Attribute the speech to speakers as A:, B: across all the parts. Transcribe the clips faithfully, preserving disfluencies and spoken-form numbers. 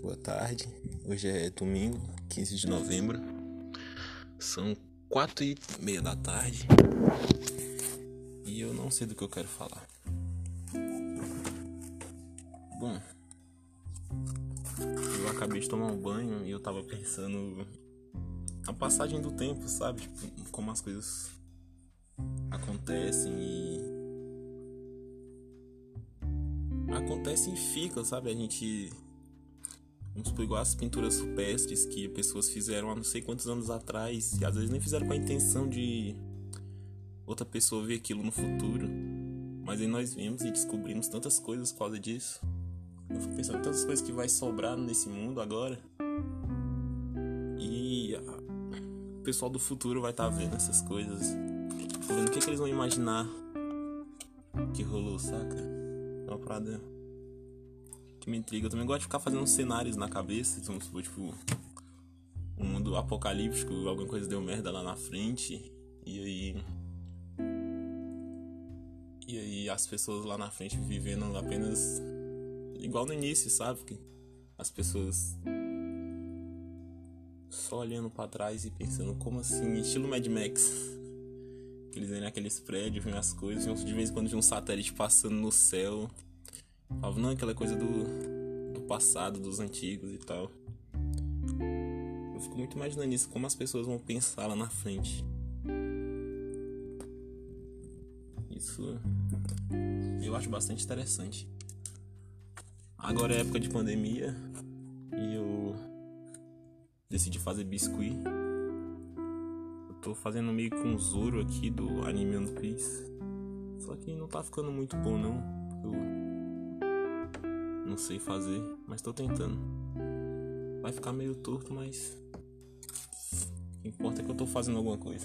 A: boa tarde. Hoje é domingo, quinze de novembro. São quatro e meia da tarde e eu não sei do que eu quero falar. Bom, eu acabei de tomar um banho e eu tava pensando na passagem do tempo, sabe? Tipo, como as coisas acontecem e acontecem e ficam, sabe? A gente, vamos supor, igual as pinturas rupestres que pessoas fizeram há não sei quantos anos atrás e às vezes nem fizeram com a intenção de outra pessoa ver aquilo no futuro, mas aí nós vemos e descobrimos tantas coisas por causa disso. Eu fico pensando tantas coisas que vai sobrar nesse mundo agora e a... o pessoal do futuro vai estar tá vendo essas coisas, tô vendo o que, que eles vão imaginar que rolou, saca? É uma parada que me intriga. Eu também gosto de ficar fazendo cenários na cabeça, vamos supor, tipo, um mundo apocalíptico, alguma coisa deu merda lá na frente, e aí e aí as pessoas lá na frente vivendo apenas igual no início, sabe? Que as pessoas só olhando pra trás e pensando, como assim? Estilo Mad Max. Eles vêm naqueles prédios, vêm as coisas, de vez em quando vem um satélite passando no céu. Falavam, não, aquela coisa do, do passado, dos antigos e tal. Eu fico muito imaginando isso, como as pessoas vão pensar lá na frente. Isso eu acho bastante interessante. Agora é época de pandemia e eu decidi fazer biscuit. Eu tô fazendo meio que um Zoro aqui do anime One Piece. Só que não tá ficando muito bom não. Eu não sei fazer, mas tô tentando. Vai ficar meio torto, mas o que importa é que eu tô fazendo alguma coisa.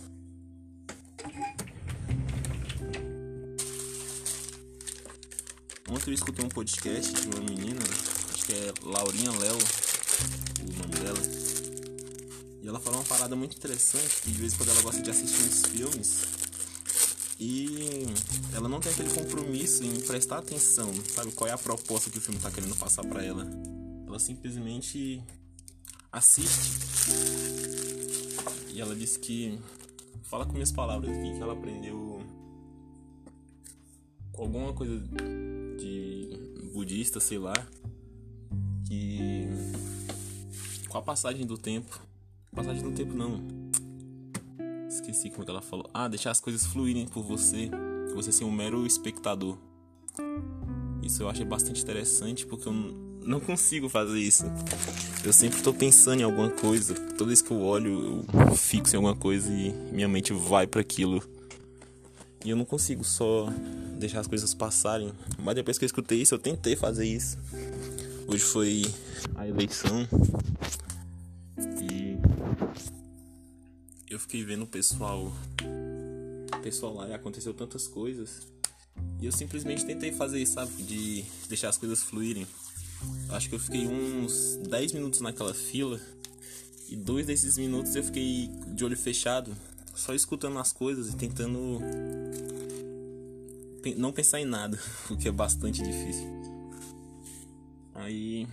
A: Ontem eu escutei um podcast de uma menina, acho que é Laurinha Léo, o nome dela. E ela falou uma parada muito interessante, que de vez em quando ela gosta de assistir uns filmes e ela não tem aquele compromisso em prestar atenção, sabe? Qual é a proposta que o filme tá querendo passar pra ela. Ela simplesmente assiste. E ela disse que, fala com minhas palavras aqui, que ela aprendeu alguma coisa de budista, sei lá, que com a passagem do tempo, passagem do tempo não, esqueci como é que ela falou, ah, deixar as coisas fluírem por você, você ser um mero espectador. Isso eu achei bastante interessante, porque eu não consigo fazer isso. Eu sempre tô pensando em alguma coisa, toda vez que eu olho eu fixo em alguma coisa e minha mente vai para aquilo. E eu não consigo só deixar as coisas passarem. Mas depois que eu escutei isso, eu tentei fazer isso. Hoje foi a eleição e eu fiquei vendo o pessoal O pessoal lá, e aconteceu tantas coisas e eu simplesmente tentei fazer isso, sabe? De deixar as coisas fluírem. Acho que eu fiquei uns dez minutos naquela fila e dois desses minutos eu fiquei de olho fechado, só escutando as coisas e tentando não pensar em nada, o que é bastante difícil. Aí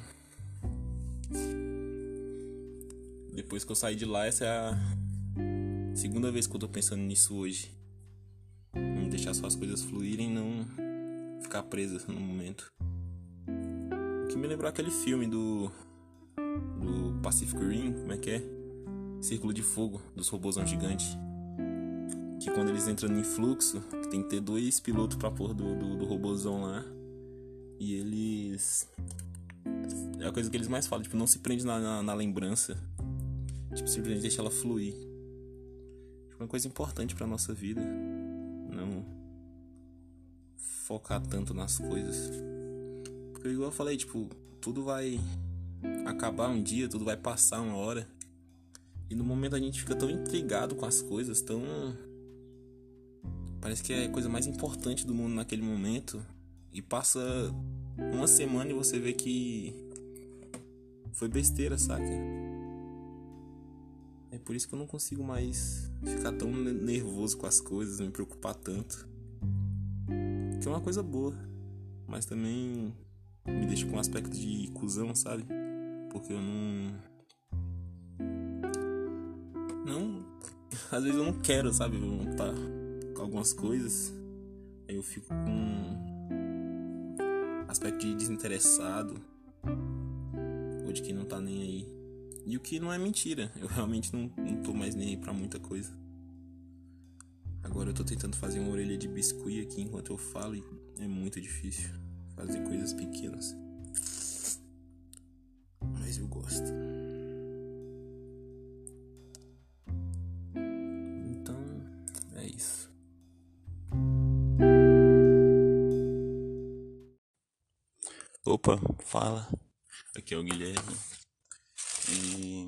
A: depois que eu saí de lá, essa é a segunda vez que eu tô pensando nisso hoje, em deixar só as coisas fluírem e não ficar presa no momento. O que me lembrou aquele filme do do Pacific Rim, como é que é? Círculo de Fogo, dos robôzão gigantes. Que quando eles entram em fluxo, tem que ter dois pilotos pra pôr do, do, do robôzão lá. E eles... é a coisa que eles mais falam, tipo, não se prende na, na, na lembrança. Tipo, simplesmente deixa ela fluir. Tipo, uma coisa importante pra nossa vida. Não focar tanto nas coisas. Porque igual eu falei, tipo, tudo vai acabar um dia, tudo vai passar uma hora. E no momento a gente fica tão intrigado com as coisas, tão... parece que é a coisa mais importante do mundo naquele momento. E passa uma semana e você vê que foi besteira, saca? É por isso que eu não consigo mais ficar tão nervoso com as coisas, me preocupar tanto. Que é uma coisa boa, mas também me deixa com um aspecto de cuzão, sabe? porque eu não. Não. Às vezes eu não quero, sabe? Montar algumas coisas. Aí eu fico com aspecto de desinteressado, ou de quem não tá nem aí. E o que não é mentira, eu realmente não, não tô mais nem aí pra muita coisa. Agora eu tô tentando fazer uma orelha de biscuit aqui enquanto eu falo, e é muito difícil fazer coisas pequenas. Mas eu gosto. Então, é isso. Opa, fala. Aqui é o Guilherme. E...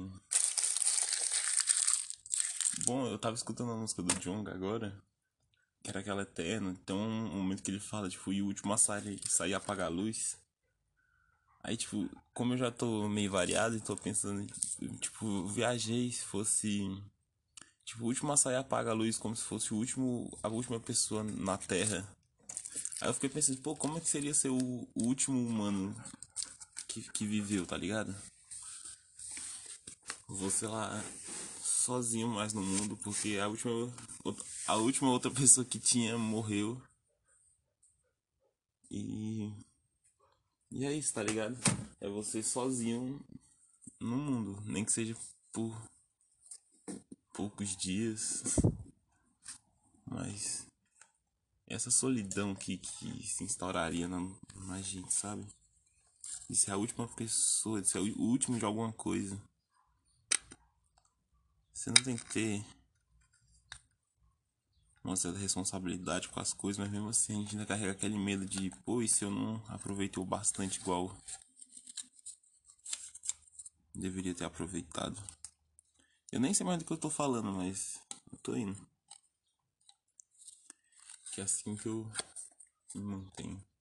A: Bom, eu tava escutando a música do Djonga agora, que era aquela Eterno. Então, um momento que ele fala, tipo, e o último a sair, sair apagar a luz. Aí, tipo, como eu já tô meio variado e tô pensando, tipo, viajei se fosse, tipo, o último a sair apaga a luz, como se fosse o último, a última pessoa na Terra. Aí eu fiquei pensando, pô, como é que seria ser o, o último humano que, que viveu, tá ligado? Você lá sozinho mais no mundo, porque a última, a última outra pessoa que tinha morreu. E, e é isso, tá ligado? É você sozinho no mundo, nem que seja por poucos dias, mas essa solidão que, que se instauraria na, na gente, sabe? De ser a última pessoa, de ser o último de alguma coisa. Você não tem que ter uma certa responsabilidade com as coisas, mas mesmo assim a gente ainda carrega aquele medo de, pô, e se eu não aproveitei o bastante igual deveria ter aproveitado. Eu nem sei mais do que eu tô falando, mas eu tô indo. Que é assim que eu me mantenho.